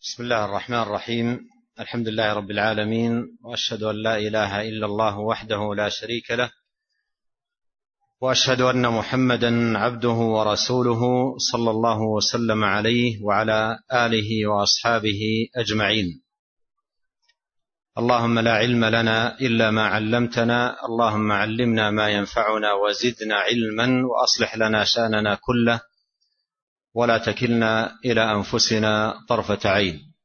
بسم الله الرحمن الرحيم. الحمد لله رب العالمين، وأشهد أن لا إله إلا الله وحده لا شريك له، وأشهد أن محمدا عبده ورسوله صلى الله وسلم عليه وعلى آله وأصحابه أجمعين. اللهم لا علم لنا إلا ما علمتنا، اللهم علمنا ما ينفعنا وزدنا علما، وأصلح لنا شأننا كله ولا تكلنا إلى أنفسنا طرفة عين.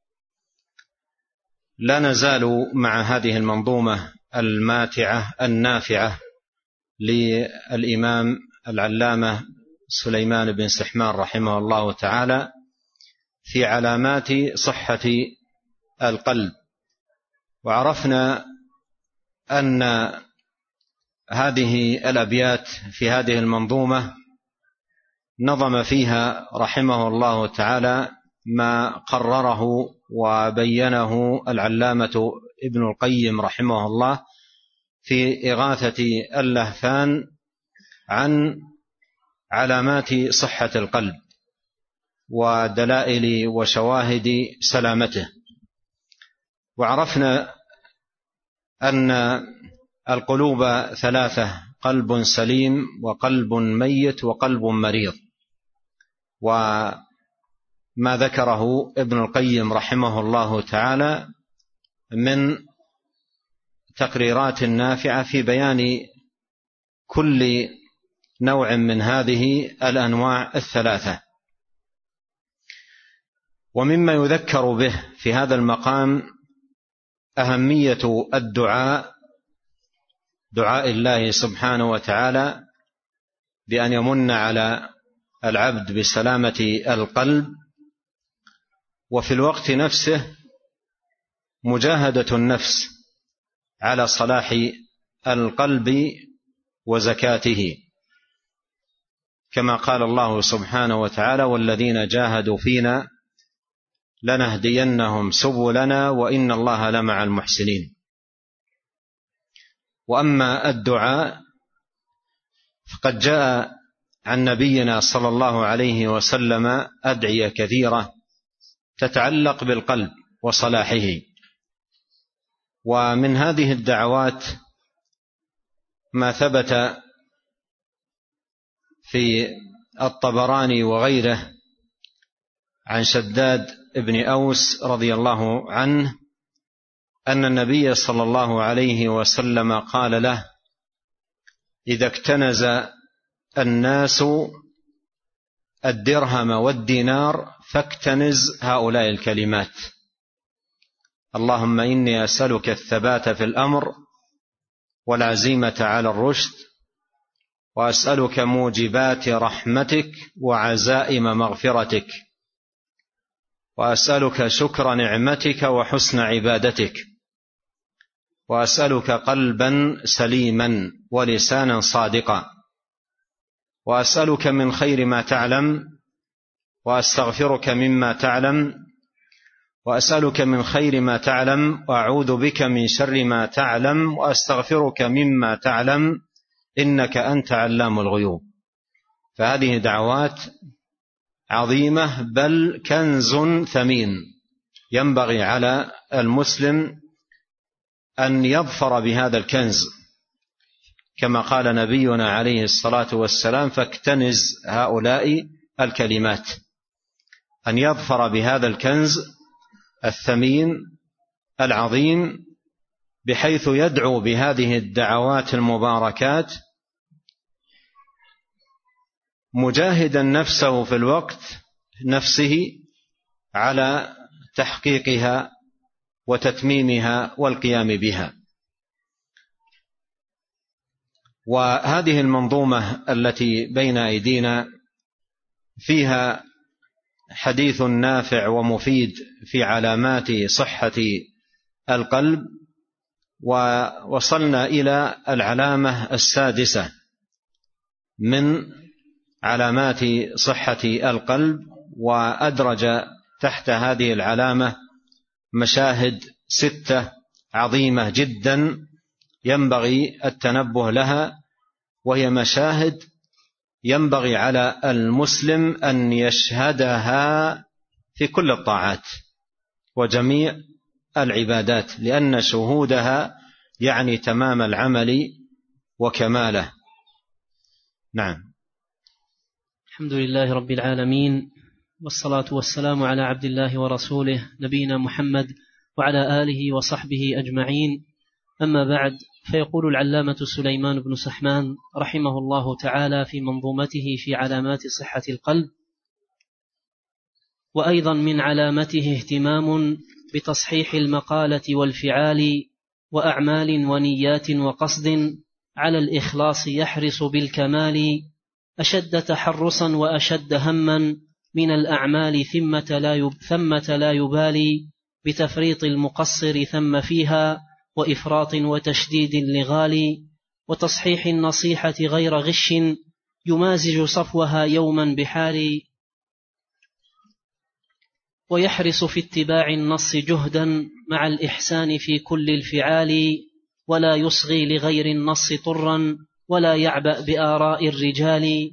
لا نزال مع هذه المنظومة الماتعة النافعة للإمام العلامة سليمان بن سحمان رحمه الله تعالى في علامات صحة القلب. وعرفنا أن هذه الأبيات في هذه المنظومة نظم فيها رحمه الله تعالى ما قرره وبينه العلامة ابن القيم رحمه الله في إغاثة اللهفان عن علامات صحة القلب ودلائل وشواهد سلامته. وعرفنا أن القلوب ثلاثة: قلب سليم، وقلب ميت، وقلب مريض. وما ذكره ابن القيم رحمه الله تعالى من تقريرات نافعة في بيان كل نوع من هذه الأنواع الثلاثة. ومما يذكر به في هذا المقام أهمية دعاء الله سبحانه وتعالى بأن يمن على العبد بسلامة القلب، وفي الوقت نفسه مجاهدة النفس على صلاح القلب وزكاته، كما قال الله سبحانه وتعالى: والذين جاهدوا فينا لنهدينهم سبلنا وإن الله لمع المحسنين. وأما الدعاء فقد جاء عن نبينا صلى الله عليه وسلم أدعية كثيرة تتعلق بالقلب وصلاحه. ومن هذه الدعوات ما ثبت في الطبراني وغيره عن شداد بن أوس رضي الله عنه أن النبي صلى الله عليه وسلم قال له: إذا اكتنز الناس الدرهم والدينار فاكتنز هؤلاء الكلمات: اللهم إني أسألك الثبات في الأمر والعزيمة على الرشد، وأسألك موجبات رحمتك وعزائم مغفرتك، وأسألك شكر نعمتك وحسن عبادتك، وأسألك قلبا سليما ولسانا صادقا، وأسألك من خير ما تعلم، وأستغفرك مما تعلم، وأسألك من خير ما تعلم، وأعوذ بك من شر ما تعلم، وأستغفرك مما تعلم، إنك أنت علام الغيوب. فهذه دعوات عظيمة، بل كنز ثمين ينبغي على المسلم أن يظفر بهذا الكنز، كما قال نبينا عليه الصلاة والسلام: فاكتنز هؤلاء الكلمات. أن يظفر بهذا الكنز الثمين العظيم، بحيث يدعو بهذه الدعوات المباركات مجاهدا نفسه في الوقت نفسه على تحقيقها وتتميمها والقيام بها. وهذه المنظومة التي بين أيدينا فيها حديث نافع ومفيد في علامات صحة القلب، ووصلنا إلى العلامة السادسة من علامات صحة القلب، وأدرج تحت هذه العلامة مشاهد 6 عظيمة جدا ينبغي التنبه لها، وهي مشاهد ينبغي على المسلم أن يشهدها في كل الطاعات، وجميع العبادات، لأن شهودها يعني تمام العمل وكماله. نعم. الحمد لله رب العالمين، والصلاة والسلام على عبد الله ورسوله نبينا محمد وعلى آله وصحبه أجمعين. أما بعد، فيقول العلامة سليمان بن سحمان رحمه الله تعالى في منظومته في علامات صحة القلب: وأيضا من علامته اهتمام بتصحيح المقالة والفعال وأعمال ونيات وقصد على الإخلاص، يحرص بالكمال أشد تحرصا وأشد هما من الأعمال، ثمة لا يبالي بتفريط المقصر ثم فيها، وإفراط وتشديد لغالي، وتصحيح النصيحة غير غش يمازج صفوها يوما بحال، ويحرص في اتباع النص جهدا مع الإحسان في كل الفعال، ولا يصغي لغير النص طرا ولا يعبأ بآراء الرجال،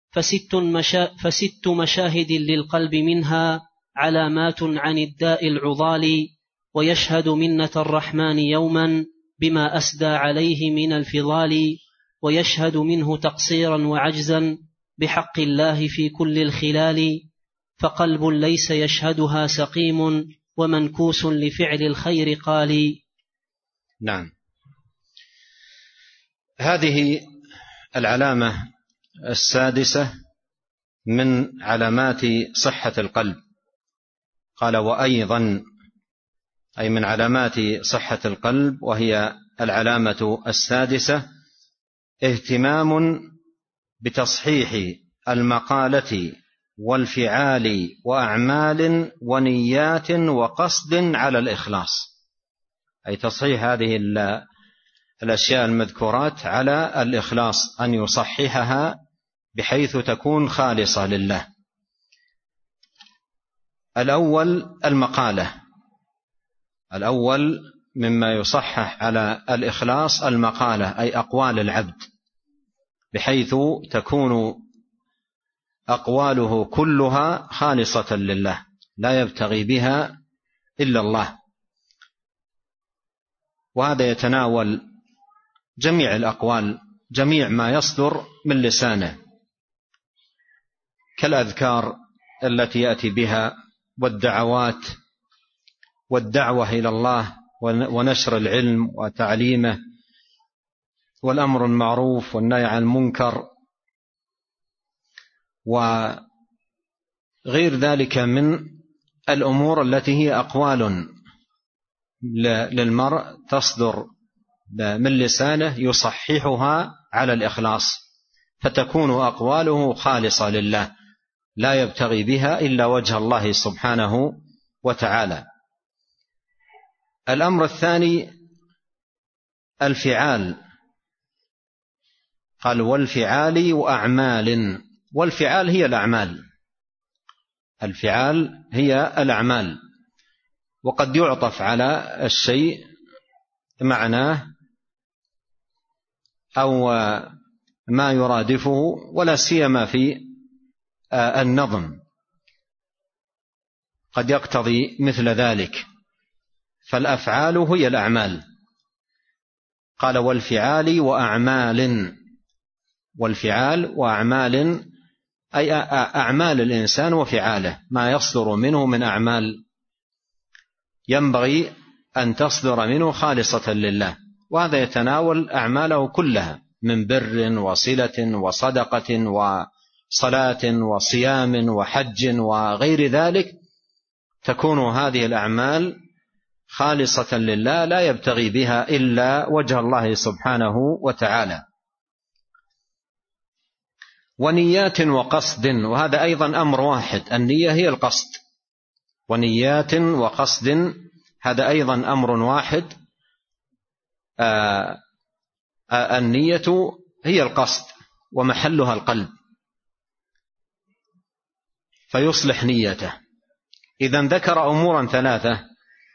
فست مشاهد للقلب منها علامات عن الداء العضال، ويشهد منة الرحمن يوما بما أسدى عليه من الفضال، ويشهد منه تقصيرا وعجزا بحق الله في كل الخلال، فقلب ليس يشهدها سقيم ومنكوس لفعل الخير قال. نعم. هذه العلامة السادسة من علامات صحة القلب. قال وأيضا، أي من علامات صحة القلب، وهي العلامة السادسة: اهتمام بتصحيح المقالة والفعال وأعمال ونيات وقصد على الإخلاص، أي تصحيح هذه الأشياء المذكورات على الإخلاص، أن يصححها بحيث تكون خالصة لله. الأول المقالة، الأول مما يصحح على الإخلاص المقالة، أي أقوال العبد، بحيث تكون أقواله كلها خالصة لله، لا يبتغي بها إلا الله. وهذا يتناول جميع الأقوال، جميع ما يصدر من لسانه، كالأذكار التي يأتي بها، والدعوات، والدعوة إلى الله، ونشر العلم وتعليمه، والأمر المعروف والنهي عن المنكر، وغير ذلك من الأمور التي هي أقوال للمرء تصدر من لسانه يصححها على الإخلاص، فتكون أقواله خالصة لله، لا يبتغي بها إلا وجه الله سبحانه وتعالى. الأمر الثاني الفعال، قال والفعال وأعمال. والفعال هي الأعمال، الفعال هي الأعمال، وقد يعطف على الشيء معناه أو ما يرادفه، ولا سيما في النظم قد يقتضي مثل ذلك، فالأفعال هي الأعمال. قال والفعال وأعمال، والفعال وأعمال أي أعمال الإنسان وفعاله، ما يصدر منه من أعمال ينبغي أن تصدر منه خالصة لله، وهذا يتناول أعماله كلها من بر وصلة وصدقة وصلاة وصيام وحج وغير ذلك، تكون هذه الأعمال خالصة لله، لا يبتغي بها إلا وجه الله سبحانه وتعالى. ونيات وقصد، وهذا أيضا أمر واحد، النية هي القصد، ونيات وقصد هذا أيضا أمر واحد. النية هي القصد ومحلها القلب، فيصلح نيته. إذن ذكر أمورا ثلاثة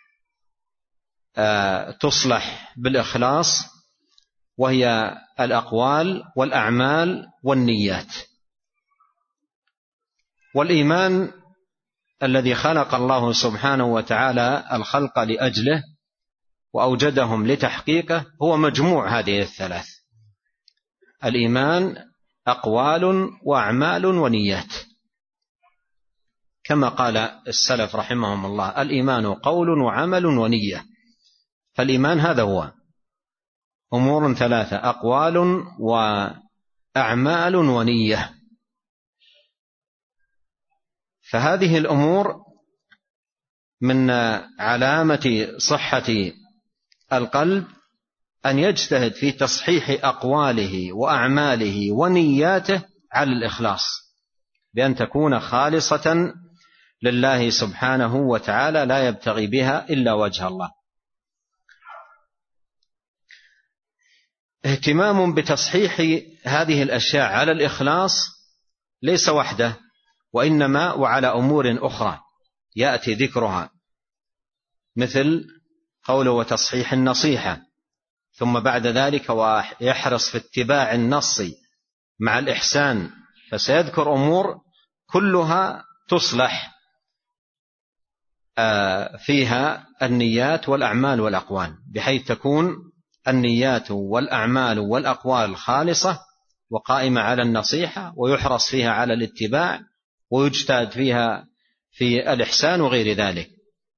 تصلح بالإخلاص، وهي الأقوال والأعمال والنيات. والإيمان الذي خلق الله سبحانه وتعالى الخلق لأجله وأوجدهم لتحقيقه هو مجموع هذه الثلاث: الإيمان أقوال وأعمال ونيات، كما قال السلف رحمهم الله: الإيمان قول وعمل ونية. فالإيمان هذا هو أمور ثلاثة: أقوال وأعمال ونية. فهذه الأمور من علامة صحة القلب أن يجتهد في تصحيح أقواله وأعماله ونياته على الإخلاص، بأن تكون خالصة لله سبحانه وتعالى لا يبتغي بها إلا وجه الله. اهتمام بتصحيح هذه الأشياء على الإخلاص ليس وحده، وإنما وعلى أمور أخرى يأتي ذكرها، مثل قوله: وتصحيح النصيحة، ثم بعد ذلك ويحرص في اتباع النص مع الإحسان، فسيذكر أمور كلها تصلح فيها النيات والأعمال والأقوال، بحيث تكون النيات والأعمال والأقوال خالصة وقائمة على النصيحة، ويحرص فيها على الاتباع، ويجتهد فيها في الإحسان وغير ذلك.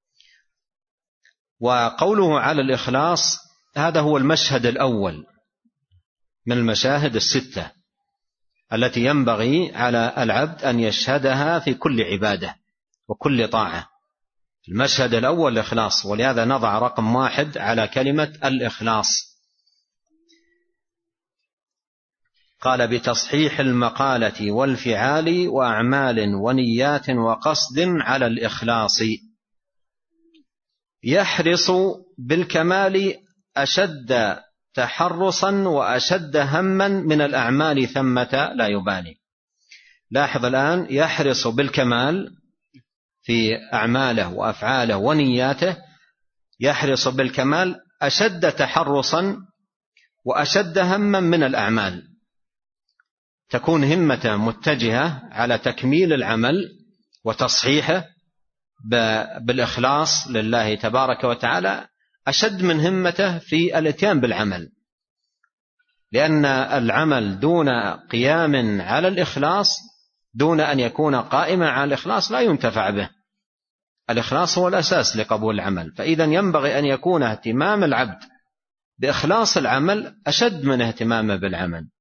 وقوله على الإخلاص هذا هو المشهد الأول من المشاهد الستة التي ينبغي على العبد أن يشهدها في كل عبادة وكل طاعة. المشهد الأول الإخلاص، ولهذا نضع رقم 1 على كلمة الإخلاص. قال: بتصحيح المقالة والفعال وأعمال ونيات وقصد على الإخلاص، يحرص بالكمال أشد تحرصا وأشد هما من الأعمال ثمة لا يبالي. لاحظ الآن: يحرص بالكمال في أعماله وأفعاله ونياته، يحرص بالكمال أشد تحرصا وأشد هما من الأعمال، تكون همته متجهة على تكميل العمل وتصحيحه بالإخلاص لله تبارك وتعالى أشد من همته في الاتيان بالعمل، لأن العمل دون قيام على الإخلاص، دون أن يكون قائما على الإخلاص، لا ينتفع به. الإخلاص هو الأساس لقبول العمل، فإذا ينبغي أن يكون اهتمام العبد بإخلاص العمل أشد من اهتمامه بالعمل،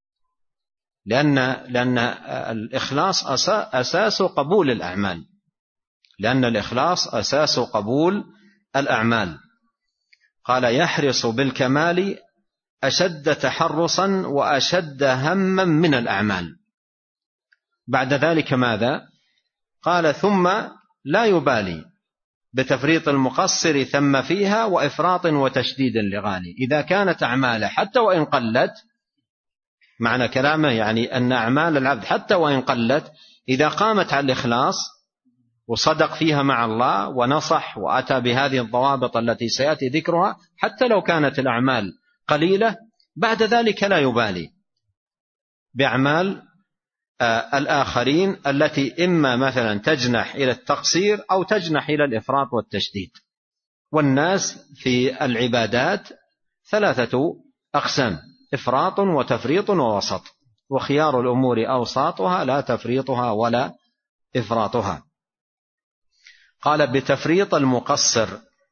لأن الإخلاص أساس قبول الأعمال، لأن الإخلاص أساس قبول الأعمال. قال: يحرص بالكمال أشد تحرصا وأشد هما من الأعمال. بعد ذلك ماذا؟ قال: ثم لا يبالي بتفريط المقصر ثم فيها وإفراط وتشديد لغالي. إذا كانت أعماله حتى وإن قلت، معنى كلامه يعني أن أعمال العبد حتى وإن قلت إذا قامت على الإخلاص وصدق فيها مع الله ونصح وأتى بهذه الضوابط التي سيأتي ذكرها، حتى لو كانت الأعمال قليلة، بعد ذلك لا يبالي بأعمال الآخرين التي إما مثلا تجنح إلى التقصير أو تجنح إلى الإفراط والتشديد. والناس في العبادات 3 أقسام: إفراط وتفريط ووسط، وخيار الأمور أوساطها لا تفريطها ولا إفراطها. قال: بتفريط المقصر.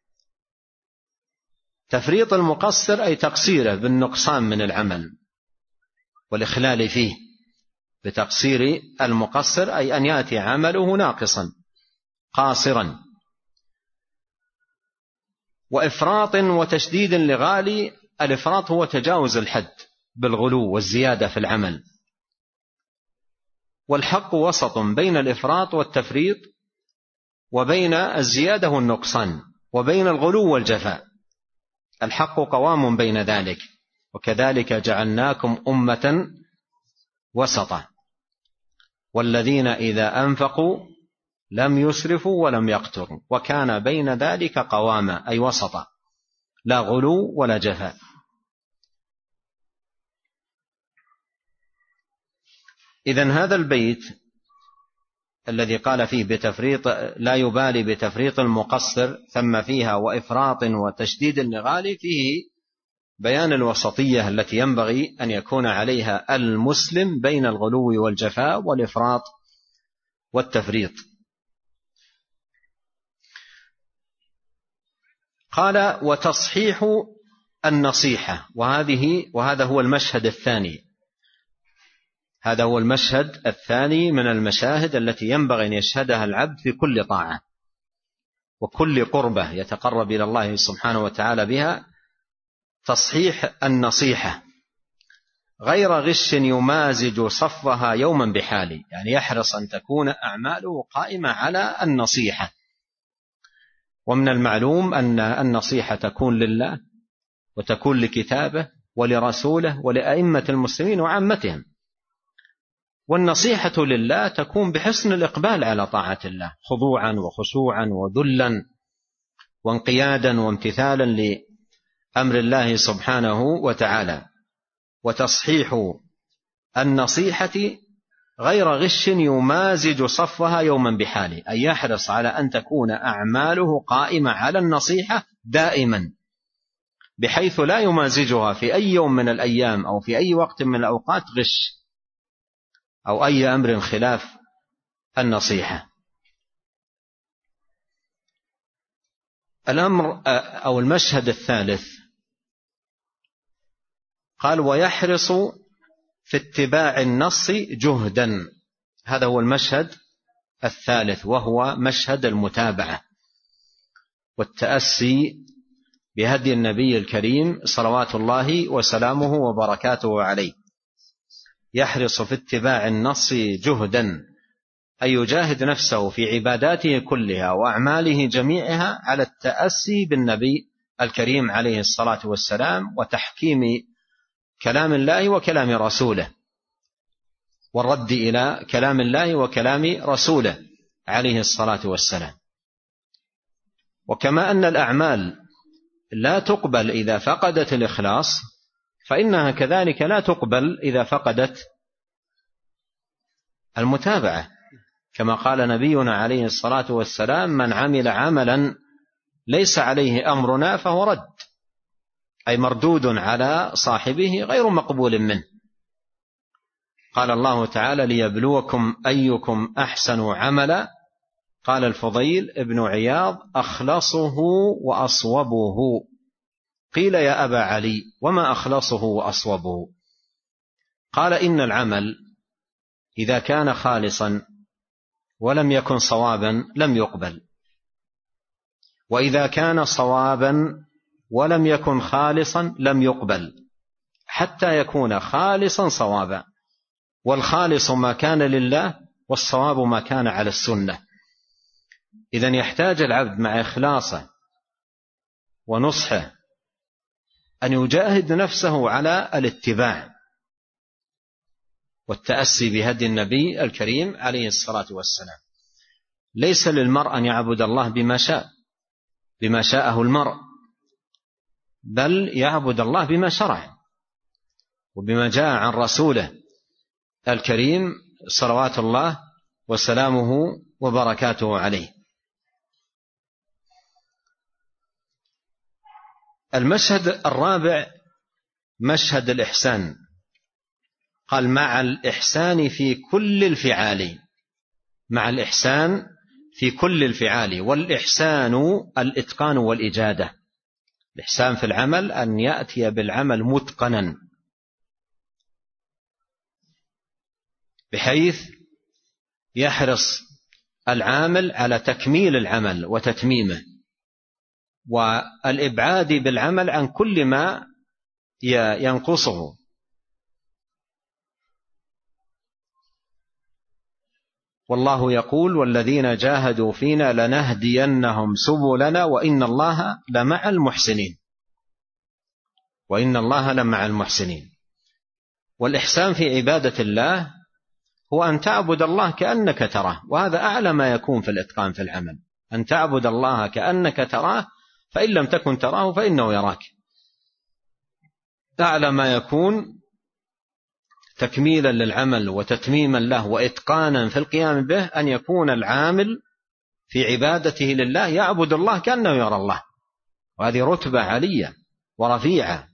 تفريط المقصر أي تقصيره بالنقصان من العمل والإخلال فيه. بتقصير المقصر أي أن يأتي عمله ناقصا قاصرا. وإفراط وتشديد لغالي، الإفراط هو تجاوز الحد بالغلو والزيادة في العمل، والحق وسط بين الإفراط والتفريط، وبين الزيادة والنقصان، وبين الغلو والجفاء. الحق قوام بين ذلك. وكذلك جعلناكم أمة وسطا والذين إذا أنفقوا لم يسرفوا ولم يقتروا وكان بين ذلك قواما، أي وسطا، لا غلو ولا جفاء. إذن هذا البيت الذي قال فيه بتفريط لا يبالي بتفريط المقصر ثم فيها وإفراط وتشديد النغال، فيه بيان الوسطية التي ينبغي أن يكون عليها المسلم بين الغلو والجفاء والإفراط والتفريط. قال وتصحيح النصيحة، وهذا هو المشهد الثاني. هذا هو المشهد الثاني من المشاهد التي ينبغي أن يشهدها العبد في كل طاعة وكل قربة يتقرب إلى الله سبحانه وتعالى بها، تصحيح النصيحة غير غش يمازج صفها يوما بحال، يعني يحرص أن تكون أعماله قائمة على النصيحة. ومن المعلوم أن النصيحة تكون لله وتكون لكتابه ولرسوله ولأئمة المسلمين وعامتهم. والنصيحة لله تكون بحسن الإقبال على طاعة الله، خضوعا وخشوعا وذلا وانقيادا وامتثالا لأمر الله سبحانه وتعالى. وتصحيح النصيحة غير غش يمازج صفها يوما بحاله، أي يحرص على أن تكون أعماله قائمة على النصيحة دائما، بحيث لا يمازجها في أي يوم من الأيام أو في أي وقت من الأوقات غش أو أي أمر خلاف النصيحة. الأمر أو المشهد الثالث قال ويحرص في اتباع النص جهدا. هذا هو المشهد الثالث، وهو مشهد المتابعة والتأسي بهدي النبي الكريم صلوات الله وسلامه وبركاته عليه. يحرص في اتباع النص جهدا، أي يجاهد نفسه في عباداته كلها وأعماله جميعها على التأسي بالنبي الكريم عليه الصلاة والسلام، وتحكيم كلام الله وكلام رسوله، والرد إلى كلام الله وكلام رسوله عليه الصلاة والسلام. وكما أن الأعمال لا تقبل إذا فقدت الإخلاص، فإنها كذلك لا تقبل إذا فقدت المتابعة، كما قال نبينا عليه الصلاة والسلام من عمل عملا ليس عليه أمرنا فهو رد، أي مردود على صاحبه غير مقبول منه. قال الله تعالى ليبلوكم أيكم أحسن عملا، قال الفضيل ابن عياض أخلصه وأصوبه. قيل يا أبا علي وما أخلصه وأصوبه؟ قال إن العمل إذا كان خالصا ولم يكن صوابا لم يقبل، وإذا كان صوابا ولم يكن خالصا لم يقبل، حتى يكون خالصا صوابا. والخالص ما كان لله والصواب ما كان على السنة. إذن يحتاج العبد مع إخلاصه ونصحه أن يجاهد نفسه على الاتباع والتأسي بهدي النبي الكريم عليه الصلاة والسلام. ليس للمرء أن يعبد الله بما شاءه المرء، بل يعبد الله بما شرع وبما جاء عن رسوله الكريم صلوات الله وسلامه وبركاته عليه. المشهد الرابع مشهد الإحسان. قال مع الإحسان في كل الفعال، مع الإحسان في كل الفعال. والإحسان الإتقان والإجادة. الإحسان في العمل أن يأتي بالعمل متقنا، بحيث يحرص العامل على تكميل العمل وتتميمه، والإبعاد بالعمل عن كل ما ينقصه. والله يقول والذين جاهدوا فينا لنهدينهم سبلنا وإن الله لمع المحسنين، وإن الله لمع المحسنين. والإحسان في عبادة الله هو أن تعبد الله كأنك تراه، وهذا أعلى ما يكون في الإتقان في العمل، أن تعبد الله كأنك تراه، فإن لم تكن تراه فإنه يراك. أعلى ما يكون تكميلا للعمل وتتميما له وإتقانا في القيام به أن يكون العامل في عبادته لله يعبد الله كأنه يرى الله، وهذه رتبة علية ورفيعة.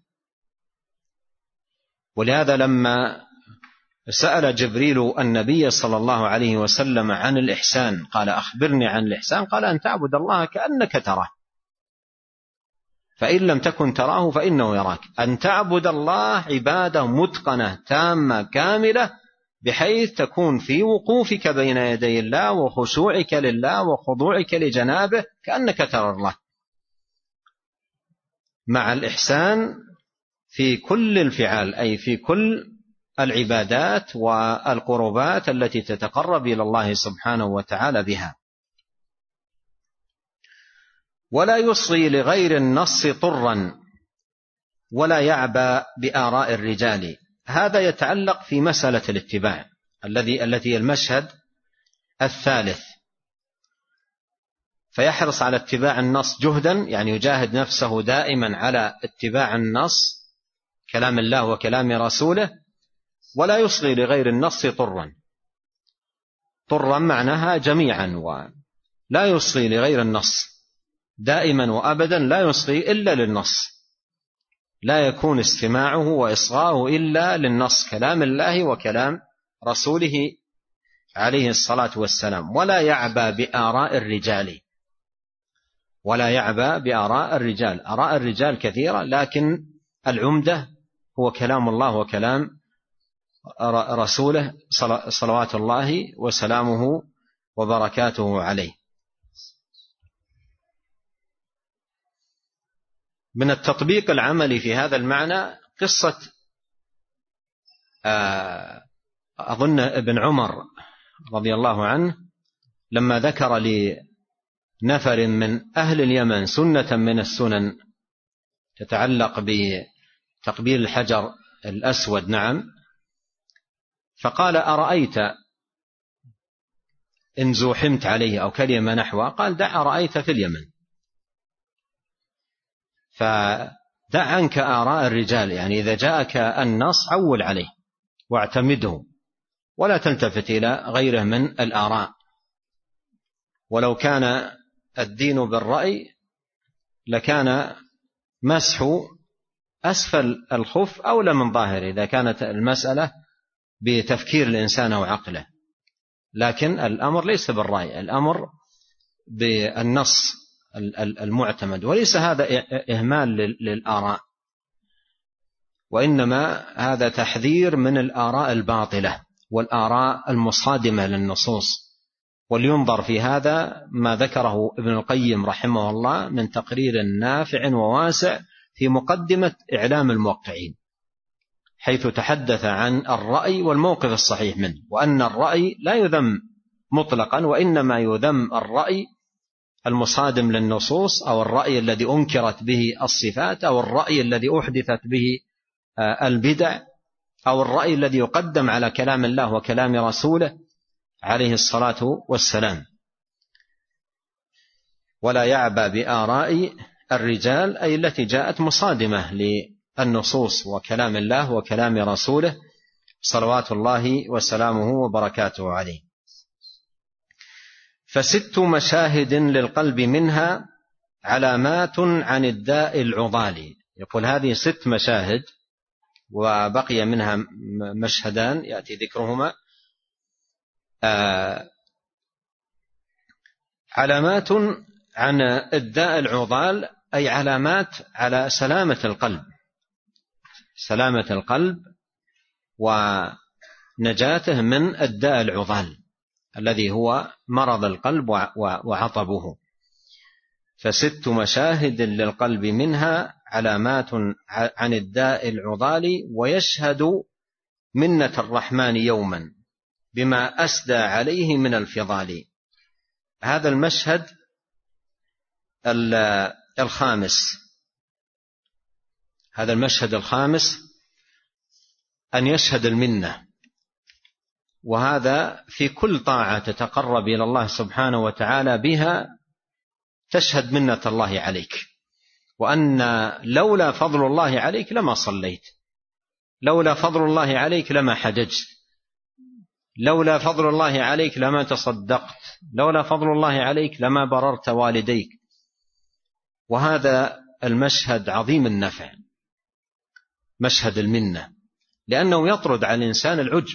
ولهذا لما سأل جبريل النبي صلى الله عليه وسلم عن الإحسان قال أخبرني عن الإحسان، قال أن تعبد الله كأنك تراه فإن لم تكن تراه فإنه يراك. أن تعبد الله عبادة متقنة تامة كاملة بحيث تكون في وقوفك بين يدي الله وخشوعك لله وخضوعك لجنابه كأنك ترى الله، مع الإحسان في كل الفعال، أي في كل العبادات والقربات التي تتقرب إلى الله سبحانه وتعالى بها. ولا يصغي لغير النص طرا ولا يعبى بآراء الرجال. هذا يتعلق في مسألة الاتباع التي المشهد الثالث، فيحرص على اتباع النص جهدا، يعني يجاهد نفسه دائما على اتباع النص كلام الله وكلام رسوله، ولا يصغي لغير النص طرا. طرا معناها جميعا، ولا يصغي لغير النص دائما وأبدا، لا يصغي إلا للنص، لا يكون استماعه وإصغاؤه إلا للنص كلام الله وكلام رسوله عليه الصلاة والسلام. ولا يعبى بآراء الرجال، ولا يعبى بآراء الرجال. آراء الرجال كثيرة، لكن العمدة هو كلام الله وكلام رسوله صلوات الله وسلامه وبركاته عليه. من التطبيق العملي في هذا المعنى قصة أظن ابن عمر رضي الله عنه لما ذكر لنفر من أهل اليمن سنة من السنن تتعلق بتقبيل الحجر الأسود، نعم، فقال أرأيت إن زوحمت عليه أو كلمة نحوه، قال دع أرأيت في اليمن. فدع عنك آراء الرجال، يعني إذا جاءك النص عول عليه واعتمده ولا تلتفت إلى غيره من الآراء. ولو كان الدين بالرأي لكان مسح أسفل الخف أولى من ظاهره إذا كانت المسألة بتفكير الإنسان وعقله، لكن الأمر ليس بالرأي، الأمر بالنص المعتمد، وليس هذا إهمال للآراء، وإنما هذا تحذير من الآراء الباطلة والآراء المصادمة للنصوص. ولينظر في هذا ما ذكره ابن القيم رحمه الله من تقرير نافع وواسع في مقدمة إعلام الموقعين، حيث تحدث عن الرأي والموقف الصحيح منه، وأن الرأي لا يذم مطلقا، وإنما يذم الرأي المصادم للنصوص، أو الرأي الذي أنكرت به الصفات، أو الرأي الذي أحدثت به البدع، أو الرأي الذي يقدم على كلام الله وكلام رسوله عليه الصلاة والسلام. ولا يعبى بآراء الرجال، أي التي جاءت مصادمة للنصوص وكلام الله وكلام رسوله صلوات الله وسلامه وبركاته عليه. فست مشاهد للقلب منها علامات عن الداء العضال. يقول هذه 6 مشاهد، وبقي منها مشهدان يأتي ذكرهما. علامات عن الداء العضال، أي علامات على سلامة القلب، سلامة القلب ونجاته من الداء العضال الذي هو مرض القلب وعطبه. ف6 مشاهد للقلب منها علامات عن الداء العضال ويشهد منة الرحمن يوما بما أسدى عليه من الفضال. هذا المشهد الخامس، هذا المشهد الخامس أن يشهد المنة، وهذا في كل طاعة تتقرب إلى الله سبحانه وتعالى بها تشهد منة الله عليك، وأن لولا فضل الله عليك لما صليت، لولا فضل الله عليك لما حججت، لولا فضل الله عليك لما تصدقت، لولا فضل الله عليك لما بررت والديك. وهذا المشهد عظيم النفع، مشهد المنة، لأنه يطرد على الإنسان العجب،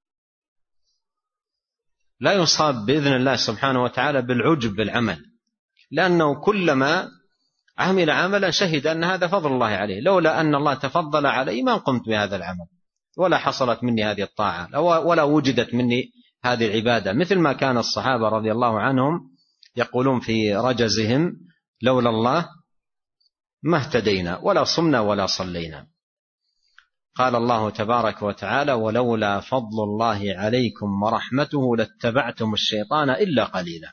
لا يصاب بإذن الله سبحانه وتعالى بالعجب بالعمل، لأنه كلما عمل عملا شهد أن هذا فضل الله عليه، لولا أن الله تفضل علي ما قمت بهذا العمل، ولا حصلت مني هذه الطاعة، ولا وجدت مني هذه العبادة. مثل ما كان الصحابة رضي الله عنهم يقولون في رجزهم: لولا الله ما اهتدينا ولا صمنا ولا صلينا. قال الله تبارك وتعالى: ولولا فضل الله عليكم ورحمته لاتبعتم الشيطان إلا قليلا.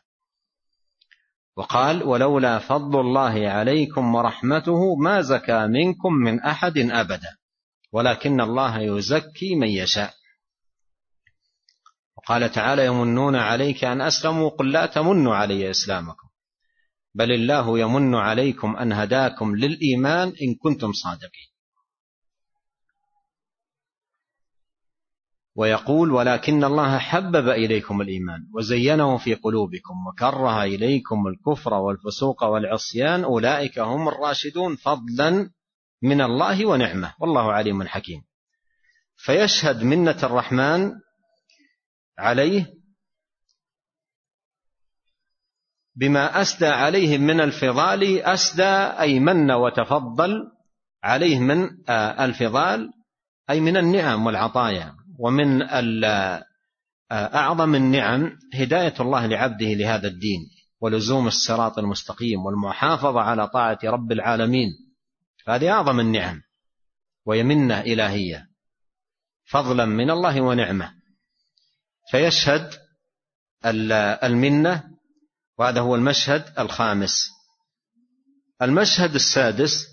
وقال: ولولا فضل الله عليكم ورحمته ما زكى منكم من أحد أبدا ولكن الله يزكي من يشاء. وقال تعالى: يمنون عليك أن أسلموا قل لا تمنوا علي إسلامكم بل الله يمن عليكم أن هداكم للإيمان إن كنتم صادقين. ويقول: ولكن الله حبب إليكم الإيمان وزينه في قلوبكم وكره إليكم الكفر والفسوق والعصيان أولئك هم الراشدون فضلا من الله ونعمة والله عليم حكيم. فيشهد منة الرحمن عليه بما أسدى عليه من الفضال، أسدى أي من وتفضل عليه من الفضال أي من النعم والعطايا. ومن أعظم النعم هداية الله لعبده لهذا الدين ولزوم الصراط المستقيم والمحافظة على طاعة رب العالمين، هذه أعظم النعم ويمنة إلهية فضلا من الله ونعمة. فيشهد المنة، وهذا هو المشهد الخامس. المشهد السادس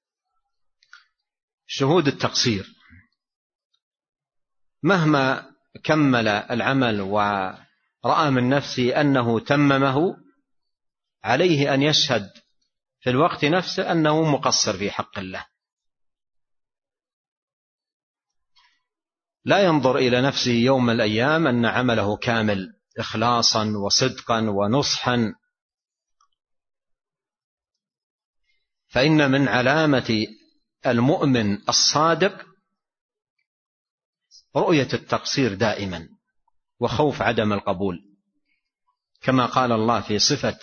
شهود التقصير. مهما كمل العمل ورأى من نفسه أنه تممه، عليه أن يشهد في الوقت نفسه أنه مقصر في حق الله، لا ينظر إلى نفسه يوم الأيام أن عمله كامل إخلاصا وصدقا ونصحا. فإن من علامة المؤمن الصادق رؤية التقصير دائما وخوف عدم القبول، كما قال الله في صفة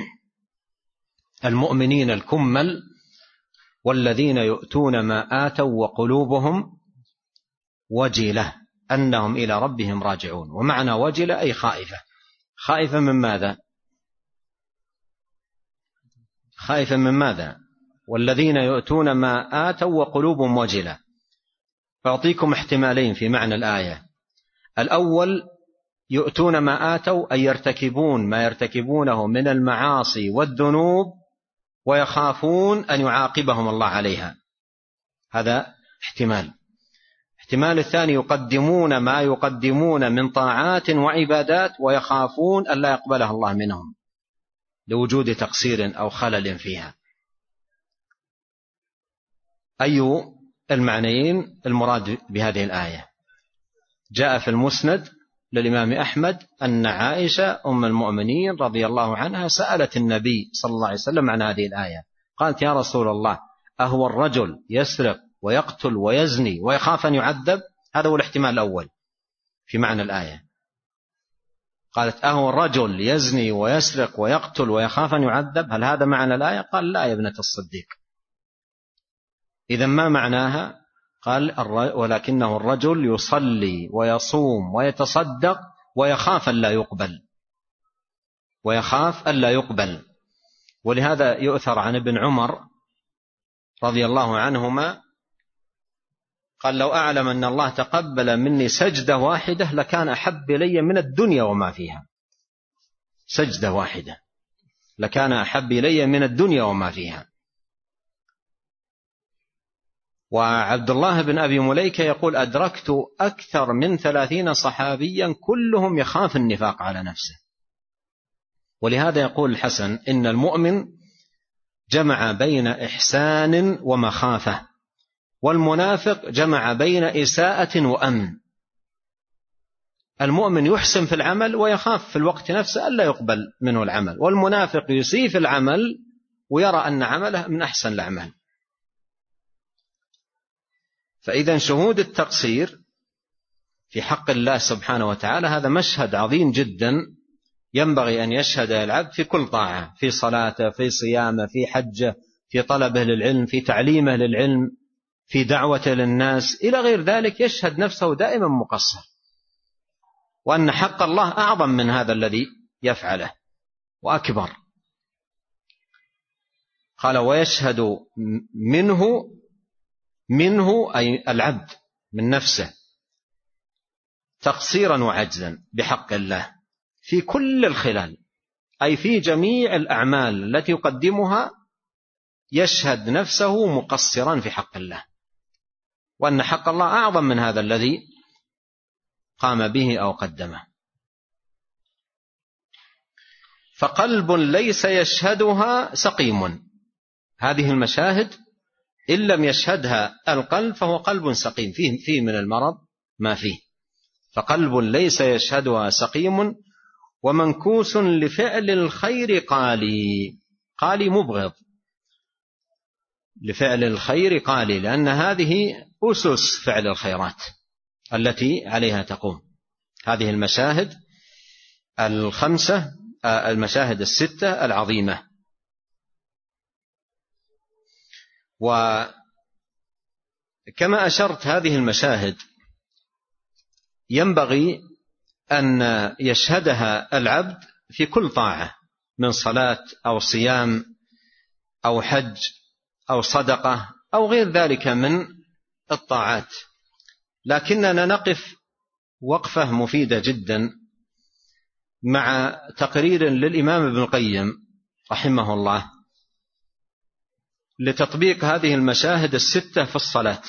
المؤمنين الكمل: والذين يؤتون ما آتوا وقلوبهم وجلة أنهم إلى ربهم راجعون. ومعنى وجلة أي خائفة. خائفة من ماذا؟ خائفة من ماذا؟ والذين يؤتون ما آتوا وقلوبهم وجلة. أعطيكم احتمالين في معنى الآية. الأول: يؤتون ما آتوا أي يرتكبون ما يرتكبونه من المعاصي والذنوب ويخافون أن يعاقبهم الله عليها، هذا احتمال. احتمال الثاني: يقدمون ما يقدمون من طاعات وعبادات ويخافون أن لا يقبلها الله منهم لوجود تقصير أو خلل فيها. أي المعنيين المراد بهذه الآية؟ جاء في المسند للإمام أحمد أن عائشة أم المؤمنين رضي الله عنها سألت النبي صلى الله عليه وسلم عن هذه الآية، قالت: يا رسول الله، أهو الرجل يسرق ويقتل ويزني ويخاف أن يعذب؟ هذا هو الاحتمال الأول في معنى الآية. قالت: أهو الرجل يزني ويسرق ويقتل ويخاف أن يعذب؟ هل هذا معنى الآية؟ قال: لا يا ابنة الصديق. إذن ما معناها؟ قال: ولكنه الرجل يصلي ويصوم ويتصدق ويخاف ألا يقبل، ويخاف ألا يقبل. ولهذا يؤثر عن ابن عمر رضي الله عنهما قال: لو أعلم أن الله تقبل مني سجدة واحدة لكان أحب إلي من الدنيا وما فيها. سجدة واحدة لكان أحب إلي من الدنيا وما فيها. وعبد الله بن أبي مليكة يقول: أدركت أكثر من 30 صحابيا كلهم يخاف النفاق على نفسه. ولهذا يقول الحسن: إن المؤمن جمع بين إحسان ومخافة، والمنافق جمع بين إساءة وأمن. المؤمن يحسن في العمل ويخاف في الوقت نفسه ألا يقبل منه العمل، والمنافق يسيء في العمل ويرى أن عمله من أحسن الأعمال. فإذا شهود التقصير في حق الله سبحانه وتعالى هذا مشهد عظيم جدا ينبغي أن يشهد العبد في كل طاعة، في صلاته، في صيامه، في حجه، في طلبه للعلم، في تعليمه للعلم، في دعوته للناس إلى غير ذلك. يشهد نفسه دائما مقصر، وأن حق الله أعظم من هذا الذي يفعله وأكبر. قال ويشهد منه أي العبد من نفسه تقصيرا وعجزا بحق الله في كل الخلال، أي في جميع الأعمال التي يقدمها يشهد نفسه مقصرا في حق الله، وأن حق الله أعظم من هذا الذي قام به أو قدمه. فقلب ليس يشهدها سقيم. هذه المشاهد إن لم يشهدها القلب فهو قلب سقيم، فيه من المرض ما فيه. فقلب ليس يشهدها سقيم ومنكوس لفعل الخير قالي مبغض لفعل الخير قالي، لأن هذه أسس فعل الخيرات التي عليها تقوم. هذه المشاهد الخمسة، المشاهد الستة العظيمة. وكما أشرت هذه المشاهد ينبغي أن يشهدها العبد في كل طاعة من صلاة أو صيام أو حج أو صدقة أو غير ذلك من الطاعات. لكننا نقف وقفة مفيدة جدا مع تقرير للإمام ابن القيم رحمه الله لتطبيق هذه المشاهد الستة في الصلاة.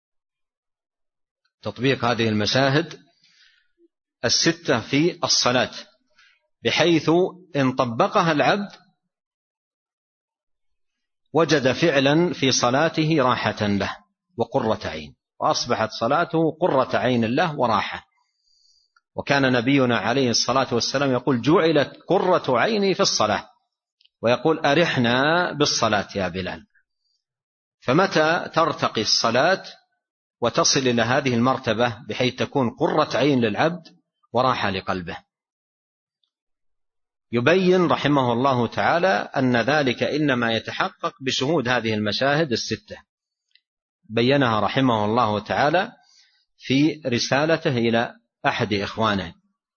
تطبيق هذه المشاهد الستة في الصلاة، بحيث إن طبقها العبد وجد فعلا في صلاته راحة له وقرة عين، وأصبحت صلاته قرة عين له وراحة. وكان نبينا عليه الصلاة والسلام يقول جعلت قرة عيني في الصلاة، ويقول أرحنا بالصلاة يا بلال. فمتى ترتقي الصلاة وتصل إلى هذه المرتبة بحيث تكون قرة عين للعبد وراحة لقلبه؟ يبين رحمه الله تعالى أن ذلك إنما يتحقق بشهود هذه المشاهد الستة، بينها رحمه الله تعالى في رسالته إلى أحد إخوانه.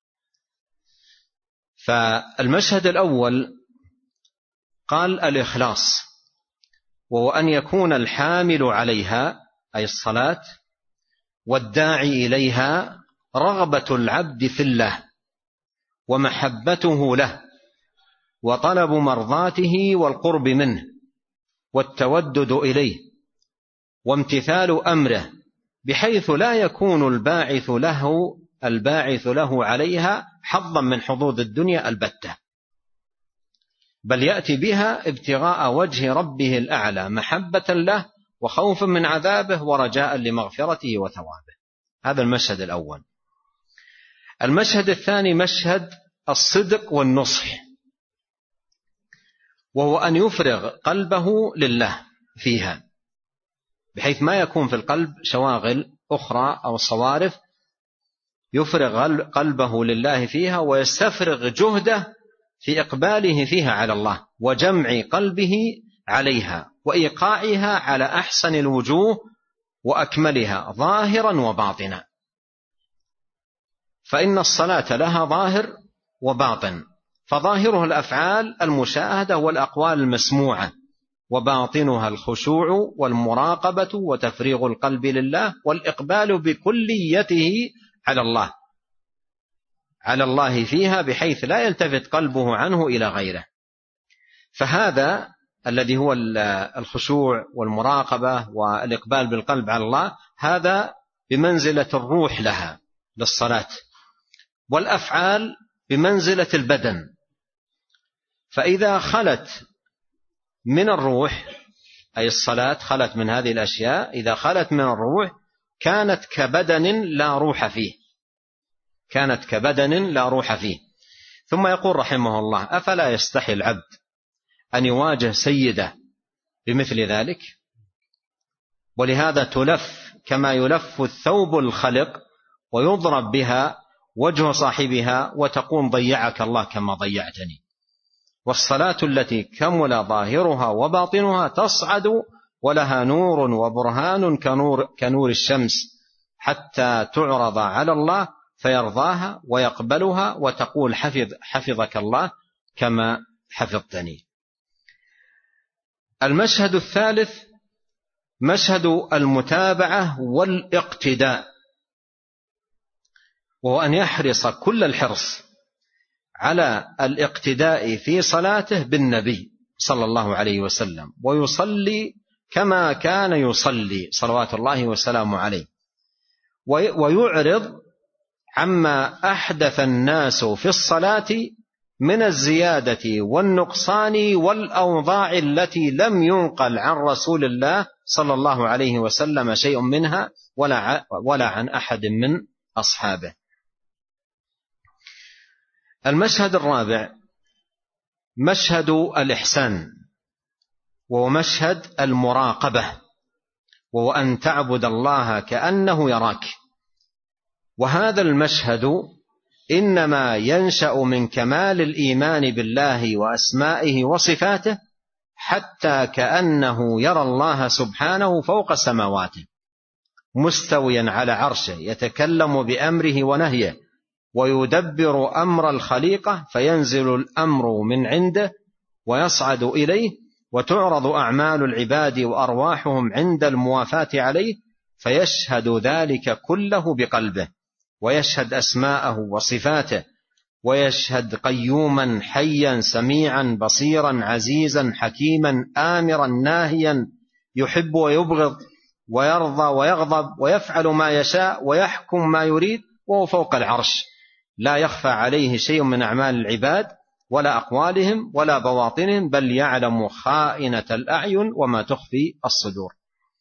فالمشهد الأول قال الإخلاص، وهو أن يكون الحامل عليها أي الصلاة والداعي إليها رغبة العبد في الله ومحبته له وطلب مرضاته والقرب منه والتودد إليه وامتثال أمره، بحيث لا يكون الباعث له عليها حظا من حظوظ الدنيا البتة، بل يأتي بها ابتغاء وجه ربه الأعلى محبة له وخوفا من عذابه ورجاء لمغفرته وثوابه. هذا المشهد الأول. المشهد الثاني مشهد الصدق والنصح، وهو أن يفرغ قلبه لله فيها، بحيث ما يكون في القلب شواغل أخرى أو صوارف، يفرغ قلبه لله فيها ويستفرغ جهده في إقباله فيها على الله وجمع قلبه عليها وإيقاعها على أحسن الوجوه وأكملها ظاهرا وباطنا. فإن الصلاة لها ظاهر وباطن، فظاهرها الأفعال المشاهدة والأقوال المسموعة، وباطنها الخشوع والمراقبة وتفريغ القلب لله والإقبال بكليته على الله فيها، بحيث لا يلتفت قلبه عنه إلى غيره. فهذا الذي هو الخشوع والمراقبة والإقبال بالقلب على الله، هذا بمنزلة الروح لها للصلاة، والأفعال بمنزلة البدن. فإذا خلت من الروح أي الصلاة خلت من هذه الأشياء، إذا خلت من الروح كانت كبدن لا روح فيه، كانت كبدن لا روح فيه. ثم يقول رحمه الله: أفلا يستحي العبد أن يواجه سيده بمثل ذلك؟ ولهذا تلف كما يلف الثوب الخلق ويضرب بها وجه صاحبها وتقول كضيعك الله كما ضيعتني. والصلاة التي كمل ظاهرها وباطنها تصعد ولها نور وبرهان كنور الشمس حتى تعرض على الله فيرضاها ويقبلها وتقول حفظك الله كما حفظتني. المشهد الثالث مشهد المتابعة والاقتداء، وهو أن يحرص كل الحرص على الاقتداء في صلاته بالنبي صلى الله عليه وسلم، ويصلي كما كان يصلي صلوات الله وسلامه عليه، ويعرض عما أحدث الناس في الصلاة من الزيادة والنقصان والأوضاع التي لم ينقل عن رسول الله صلى الله عليه وسلم شيء منها ولا عن أحد من أصحابه. المشهد الرابع مشهد الإحسان، وهو مشهد المراقبة، وهو أن تعبد الله كأنه يراك. وهذا المشهد إنما ينشأ من كمال الإيمان بالله وأسمائه وصفاته، حتى كأنه يرى الله سبحانه فوق سماواته مستويا على عرشه، يتكلم بأمره ونهيه ويدبر أمر الخليقة، فينزل الأمر من عنده ويصعد إليه، وتعرض أعمال العباد وأرواحهم عند الموافاة عليه، فيشهد ذلك كله بقلبه، ويشهد أسماءه وصفاته، ويشهد قيوما حيا سميعا بصيرا عزيزا حكيما آمرا ناهيا، يحب ويبغض ويرضى ويغضب ويفعل ما يشاء ويحكم ما يريد، وهو فوق العرش لا يخفى عليه شيء من أعمال العباد ولا أقوالهم ولا بواطنهم، بل يعلم خائنة الأعين وما تخفي الصدور.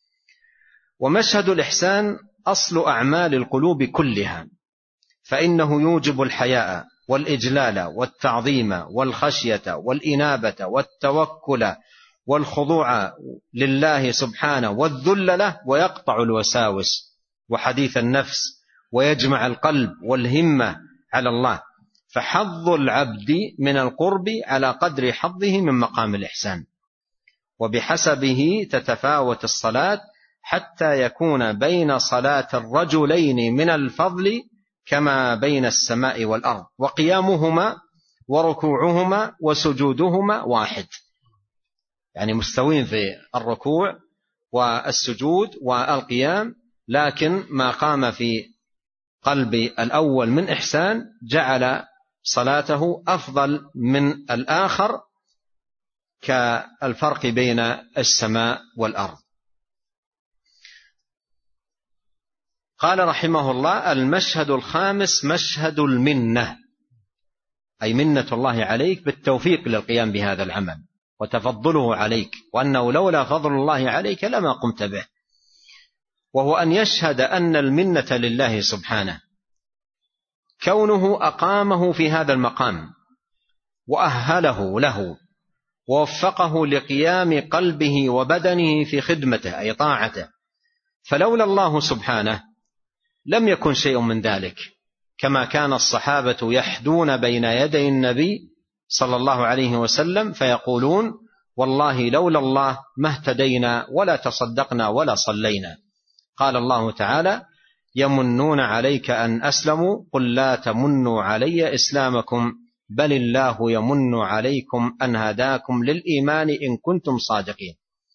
ومشهد الإحسان أصل أعمال القلوب كلها، فإنه يوجب الحياء والإجلال والتعظيم والخشية والإنابة والتوكل والخضوع لله سبحانه والذل له، ويقطع الوساوس وحديث النفس، ويجمع القلب والهمة على الله. فحظ العبد من القرب على قدر حظه من مقام الإحسان، وبحسبه تتفاوت الصلاة، حتى يكون بين صلاة الرجلين من الفضل كما بين السماء والأرض، وقيامهما وركوعهما وسجودهما واحد، يعني مستوين في الركوع والسجود والقيام، لكن ما قام في قلب الأول من إحسان جعل صلاته أفضل من الآخر، كالفرق بين السماء والأرض. قال رحمه الله: المشهد الخامس مشهد المنة، أي منة الله عليك بالتوفيق للقيام بهذا العمل وتفضله عليك، وأنه لولا فضل الله عليك لما قمت به. وهو أن يشهد أن المنة لله سبحانه، كونه أقامه في هذا المقام وأهله له ووفقه لقيام قلبه وبدنه في خدمته أي طاعته، فلولا الله سبحانه لم يكن شيء من ذلك، كما كان الصحابة يحدون بين يدي النبي صلى الله عليه وسلم فيقولون: والله لولا الله ما اهتدينا ولا تصدقنا ولا صلينا. قال الله تعالى: يمنون عليك أن أسلموا، قل لا تمنوا علي إسلامكم، بل الله يمن عليكم أن هداكم للإيمان إن كنتم صادقين.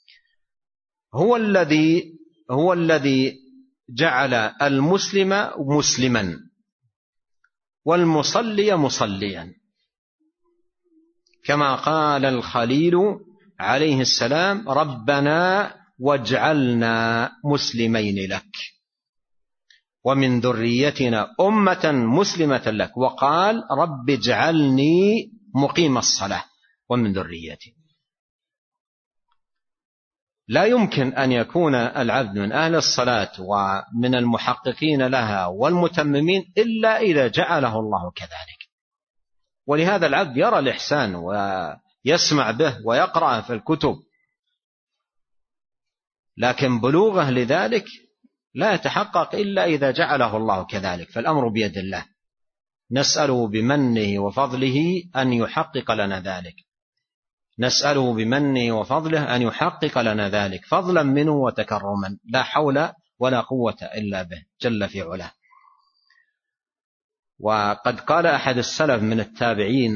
هو الذي جعل المسلم مسلما والمصلي مصليا، كما قال الخليل عليه السلام: ربنا واجعلنا مسلمين لك ومن ذريتنا أمة مسلمة لك، وقال: رب اجعلني مقيم الصلاة ومن ذريتي. لا يمكن أن يكون العبد من أهل الصلاة ومن المحققين لها والمتممين إلا إذا جعله الله كذلك. ولهذا العبد يرى الإحسان ويسمع به ويقرأ في الكتب، لكن بلوغه لذلك لا يتحقق إلا إذا جعله الله كذلك، فالأمر بيد الله، نسأله بمنه وفضله أن يحقق لنا ذلك، نسأله بمنه وفضله أن يحقق لنا ذلك فضلا منه وتكرما، لا حول ولا قوة إلا به جل في علاه. وقد قال أحد السلف من التابعين: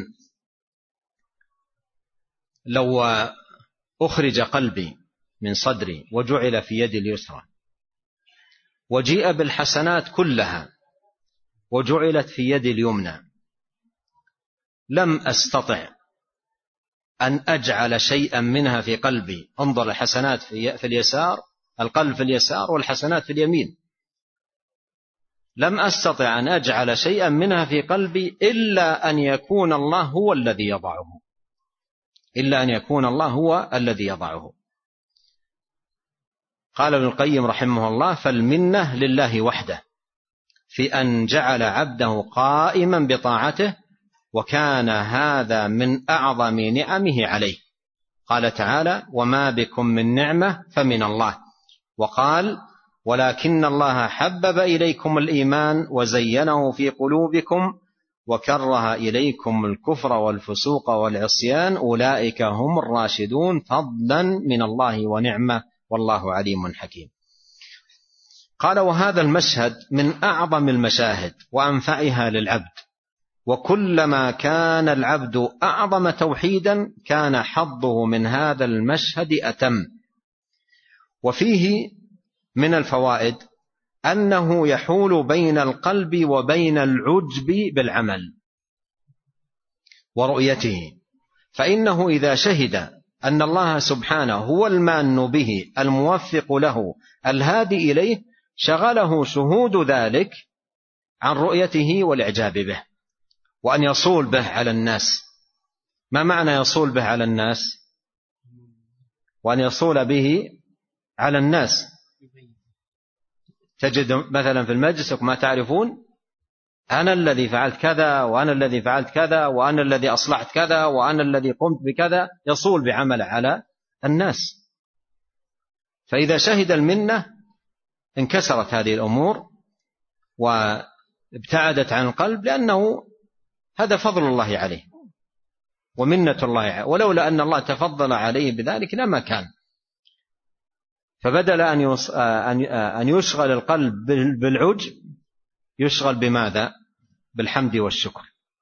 لو أخرج قلبي من صدري وجعل في يدي اليسرى وجيء بالحسنات كلها وجعلت في يدي اليمنى لم أستطع أن أجعل شيئا منها في قلبي. انظر، الحسنات في اليسار، القلب في اليسار والحسنات في اليمين. لم أستطع أن أجعل شيئا منها في قلبي إلا أن يكون الله هو الذي يضعه، إلا أن يكون الله هو الذي يضعه. قال ابن القيم رحمه الله: فالمنة لله وحده في أن جعل عبده قائما بطاعته، وكان هذا من أعظم نعمه عليه. قال تعالى: وما بكم من نعمة فمن الله. وقال: ولكن الله حبب إليكم الإيمان وزينه في قلوبكم وكره إليكم الكفر والفسوق والعصيان أولئك هم الراشدون فضلا من الله ونعمة والله عليم حكيم. قال: وهذا المشهد من أعظم المشاهد وأنفعها للعبد، وكلما كان العبد أعظم توحيدا كان حظه من هذا المشهد أتم. وفيه من الفوائد أنه يحول بين القلب وبين العجب بالعمل ورؤيته، فإنه إذا شهد أن الله سبحانه هو المان به الموفق له الهادي إليه شغله شهود ذلك عن رؤيته والإعجاب به، وأن يصول به على الناس. ما معنى يصول به على الناس؟ وأن يصول به على الناس. تجد مثلا في المجلس ما تعرفون: أنا الذي فعلت كذا، وأنا الذي فعلت كذا، وأنا الذي أصلحت كذا، وأنا الذي قمت بكذا، يصول بعمل على الناس. فإذا شهد المنة انكسرت هذه الأمور وابتعدت عن القلب، لأنه هذا فضل الله عليه ومنة الله عليه، ولولا أن الله تفضل عليه بذلك لما كان. فبدل أن يشغل القلب بالعجب يشغل بماذا؟ بالحمد والشكر،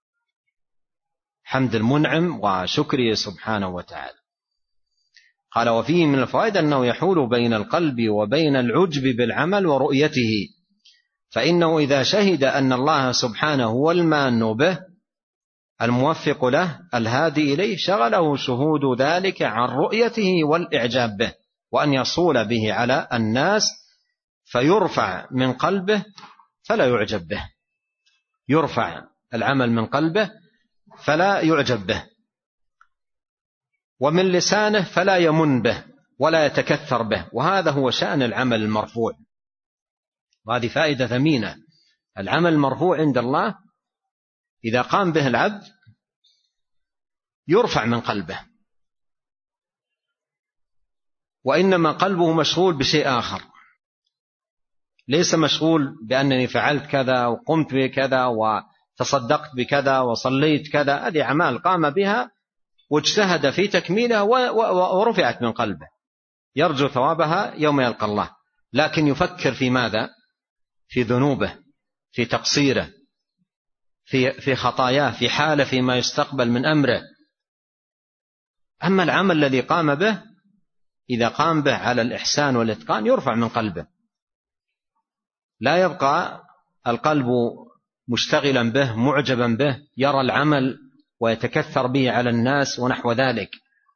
حمد المنعم وشكره سبحانه وتعالى. قال: وفيه من الفوائد أنه يحول بين القلب وبين العجب بالعمل ورؤيته، فإنه إذا شهد أن الله سبحانه هو المان به الموفق له الهادي إليه شغله شهود ذلك عن رؤيته والإعجاب به، وأن يصول به على الناس فيرفع من قلبه فلا يعجب به، يرفع العمل من قلبه فلا يعجب به، ومن لسانه فلا يمن به ولا يتكثر به. وهذا هو شأن العمل المرفوع، وهذه فائدة ثمينة. العمل المرفوع عند الله إذا قام به العبد يرفع من قلبه، وإنما قلبه مشغول بشيء آخر، ليس مشغول بأنني فعلت كذا وقمت بكذا وتصدقت بكذا وصليت كذا. هذه أعمال قام بها واجتهد في تكميلها ورفعت من قلبه، يرجو ثوابها يوم يلقى الله، لكن يفكر في ماذا؟ في ذنوبه، في تقصيره، في خطاياه، في حاله فيما يستقبل من أمره. أما العمل الذي قام به إذا قام به على الإحسان والإتقان يرفع من قلبه، لا يبقى القلب مشتغلا به معجبا به يرى العمل ويتكثر به على الناس ونحو ذلك،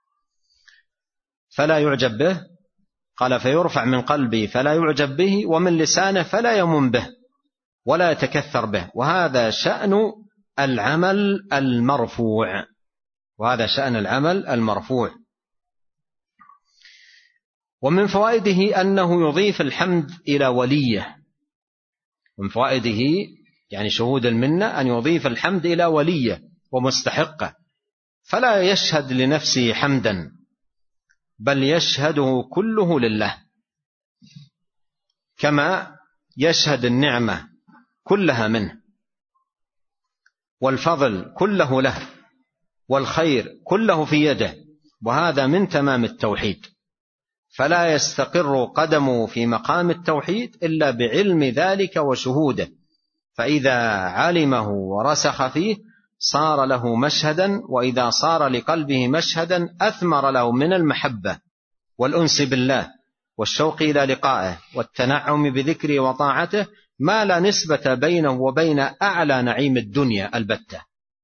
فلا يعجب به. قال: فيرفع من قلبه فلا يعجب به، ومن لسانه فلا يمن به ولا يتكثر به. وهذا شأن العمل المرفوع، وهذا شأن العمل المرفوع. ومن فوائده أنه يضيف الحمد إلى وليه. من فوائده يعني شهود المنة أن يضيف الحمد إلى وليه ومستحقه، فلا يشهد لنفسه حمدا بل يشهده كله لله، كما يشهد النعمة كلها منه، والفضل كله له، والخير كله في يده، وهذا من تمام التوحيد. فلا يستقر قدمه في مقام التوحيد إلا بعلم ذلك وشهوده، فإذا علمه ورسخ فيه صار له مشهدا، وإذا صار لقلبه مشهدا أثمر له من المحبة والأنس بالله والشوق إلى لقائه والتنعم بذكره وطاعته ما لا نسبة بينه وبين أعلى نعيم الدنيا البتة.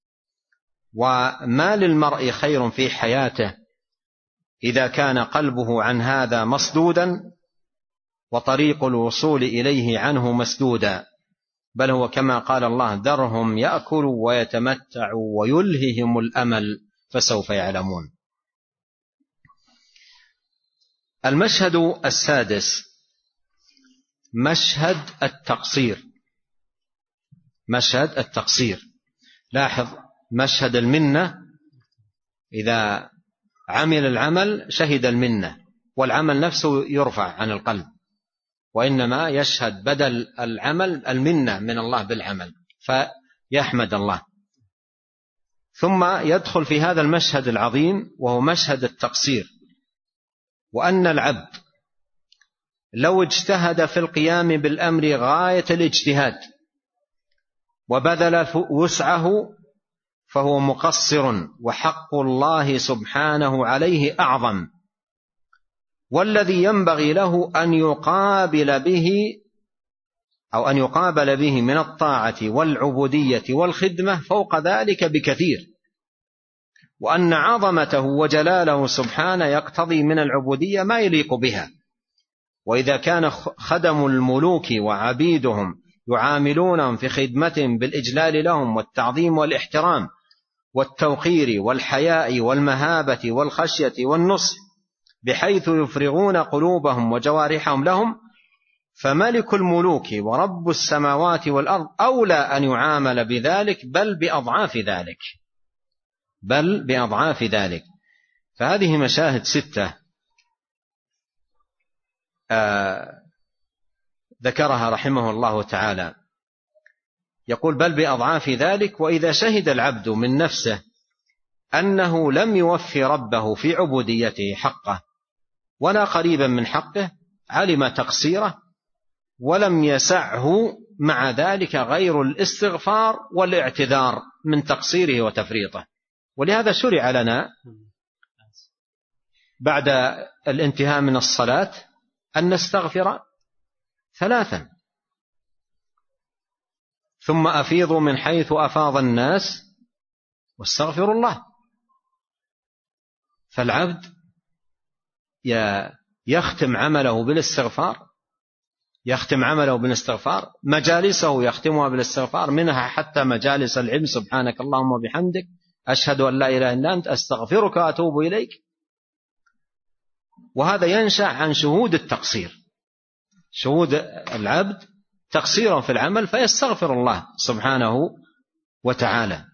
وما للمرء خير في حياته إذا كان قلبه عن هذا مصدودا وطريق الوصول إليه عنه مسدودا، بل هو كما قال الله: ذرهم يأكلوا ويتمتعوا ويلههم الأمل فسوف يعلمون. المشهد السادس مشهد التقصير. مشهد التقصير، لاحظ مشهد المنة، إذا عمل العمل شهد المنة، والعمل نفسه يرفع عن القلب، وإنما يشهد بدل العمل المنة من الله بالعمل فيحمد الله. ثم يدخل في هذا المشهد العظيم وهو مشهد التقصير، وأن العبد لو اجتهد في القيام بالأمر غاية الاجتهاد وبذل وسعه فهو مقصر، وحق الله سبحانه عليه أعظم، والذي ينبغي له أن يقابل به من الطاعة والعبودية والخدمة فوق ذلك بكثير، وأن عظمته وجلاله سبحانه يقتضي من العبودية ما يليق بها. وإذا كان خدم الملوك وعبيدهم يعاملونهم في خدمتهم بالإجلال لهم والتعظيم والاحترام والتوقير والحياء والمهابة والخشية والنصح، بحيث يفرغون قلوبهم وجوارحهم لهم، فملك الملوك ورب السماوات والأرض أولى أن يعامل بذلك بل بأضعاف ذلك. فهذه مشاهد 6 ذكرها رحمه الله تعالى، يقول: بل بأضعاف ذلك. وإذا شهد العبد من نفسه أنه لم يوفي ربه في عبوديته حقه ولا قريبا من حقه، علم تقصيره، ولم يسعه مع ذلك غير الاستغفار والاعتذار من تقصيره وتفريطه. ولهذا شرع لنا بعد الانتهاء من الصلاة أن نستغفر 3، ثم أفيضوا من حيث أفاض الناس واستغفروا الله. فالعبد يختم عمله بالاستغفار، مجالسه يختمها بالاستغفار، منها حتى مجالس العلم: سبحانك اللهم وبحمدك أشهد أن لا إله إلا أنت أستغفرك وأتوب إليك. وهذا ينشأ عن شهود التقصير، شهود العبد تقصيرا في العمل فيستغفر الله سبحانه وتعالى،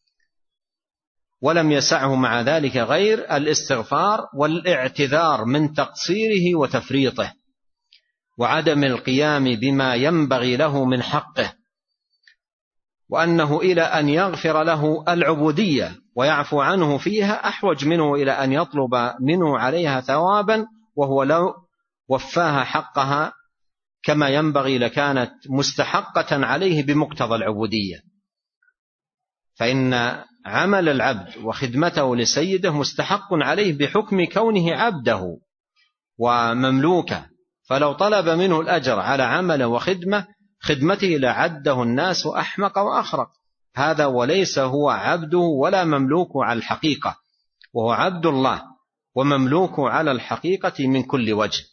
ولم يسعه مع ذلك غير الاستغفار والاعتذار من تقصيره وتفريطه وعدم القيام بما ينبغي له من حقه، وأنه إلى أن يغفر له العبودية ويعفو عنه فيها أحوج منه إلى أن يطلب منه عليها ثوابا، وهو لو وفاها حقها كما ينبغي لكانت مستحقة عليه بمقتضى العبودية. فإن عمل العبد وخدمته لسيده مستحق عليه بحكم كونه عبده ومملوكه، فلو طلب منه الأجر على عمله خدمته لعده الناس أحمق وأخرق. هذا وليس هو عبده ولا مملوكه على الحقيقة، وهو عبد الله ومملوكه على الحقيقة من كل وجه.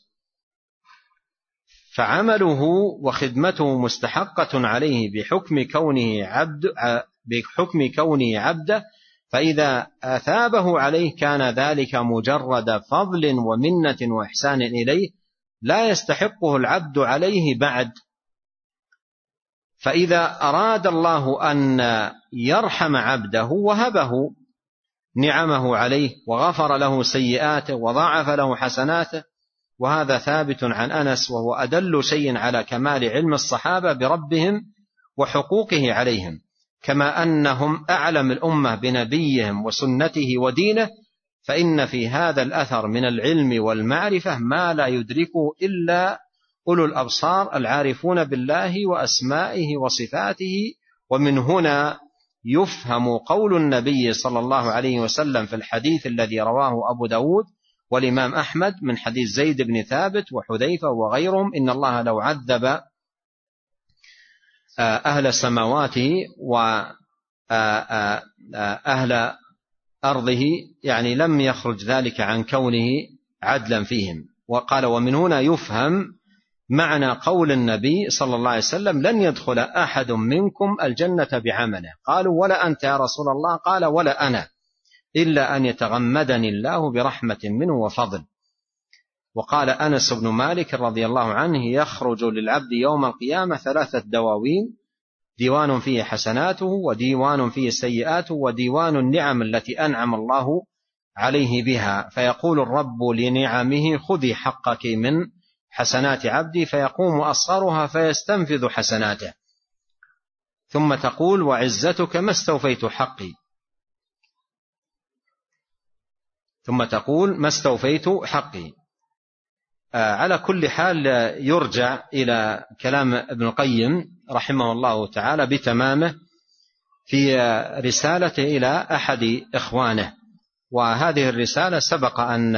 فعمله وخدمته مستحقة عليه بحكم كونه عبد فإذا أثابه عليه كان ذلك مجرد فضل ومنة وإحسان إليه لا يستحقه العبد عليه بعد. فإذا أراد الله أن يرحم عبده وهبه نعمه عليه وغفر له سيئاته وضاعف له حسناته، وهذا ثابت عن أنس، وهو أدل شيء على كمال علم الصحابة بربهم وحقوقه عليهم، كما أنهم أعلم الأمة بنبيهم وسنته ودينه، فإن في هذا الأثر من العلم والمعرفة ما لا يدركه إلا أولو الأبصار العارفون بالله وأسمائه وصفاته. ومن هنا يفهم قول النبي صلى الله عليه وسلم في الحديث الذي رواه أبو داود والإمام أحمد من حديث زيد بن ثابت وحذيفة وغيرهم: إن الله لو عذب أهل سماواته وأهل أرضه يعني لم يخرج ذلك عن كونه عدلا فيهم. وقال: ومن هنا يفهم معنى قول النبي صلى الله عليه وسلم: لن يدخل أحد منكم الجنة بعمله. قالوا: ولا أنت يا رسول الله؟ قال: ولا أنا، إلا أن يتغمدني الله برحمة منه وفضل. وقال أنس بن مالك رضي الله عنه: يخرج للعبد يوم القيامة 3 دواوين: ديوان فيه حسناته، وديوان فيه سيئاته، وديوان النعم التي أنعم الله عليه بها. فيقول الرب لنعمه: خذي حقك من حسنات عبدي، فيقوم أصغرها فيستنفذ حسناته، ثم تقول: وعزتك ما استوفيت حقي، ثم تقول: ما استوفيت حقي. على كل حال يرجع إلى كلام ابن القيم رحمه الله تعالى بتمامه في رسالته إلى أحد إخوانه، وهذه الرسالة سبق أن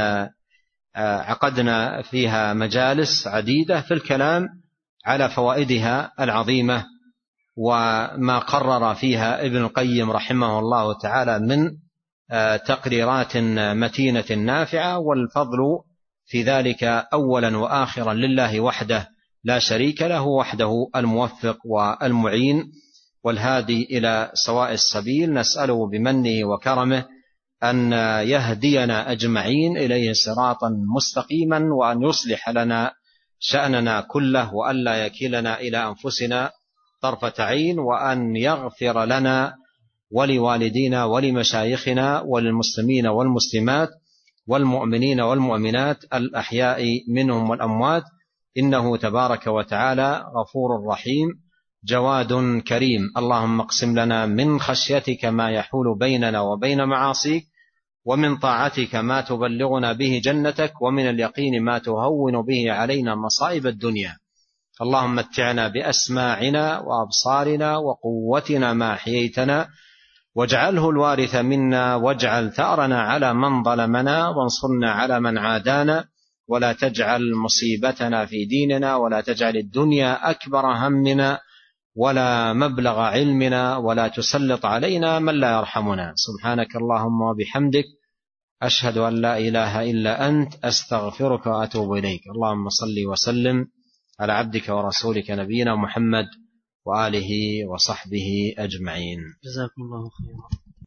عقدنا فيها مجالس عديدة في الكلام على فوائدها العظيمة وما قرر فيها ابن القيم رحمه الله تعالى من تقريرات متينة نافعة، والفضل في ذلك أولا وآخرا لله وحده لا شريك له، وحده الموفق والمعين والهادي إلى سواء السبيل. نسأله بمنه وكرمه أن يهدينا أجمعين إليه صراطا مستقيما، وأن يصلح لنا شأننا كله، وأن لا يكلنا إلى أنفسنا طرفة عين، وأن يغفر لنا ولوالدينا ولمشايخنا وللمسلمين والمسلمات والمؤمنين والمؤمنات الأحياء منهم والأموات، إنه تبارك وتعالى غفور رحيم جواد كريم. اللهم اقسم لنا من خشيتك ما يحول بيننا وبين معاصيك، ومن طاعتك ما تبلغنا به جنتك، ومن اليقين ما تهون به علينا مصائب الدنيا. اللهم متعنا بأسماعنا وأبصارنا وقوتنا ما أحييتنا، واجعله الوارث منا، واجعل ثأرنا على من ظلمنا، وانصرنا على من عادانا، ولا تجعل مصيبتنا في ديننا، ولا تجعل الدنيا أكبر همنا ولا مبلغ علمنا، ولا تسلط علينا من لا يرحمنا. سبحانك اللهم وبحمدك، أشهد أن لا إله إلا أنت، أستغفرك وأتوب إليك. اللهم صل وسلم على عبدك ورسولك نبينا محمد وآله وصحبه أجمعين. جزاكم الله خيرا.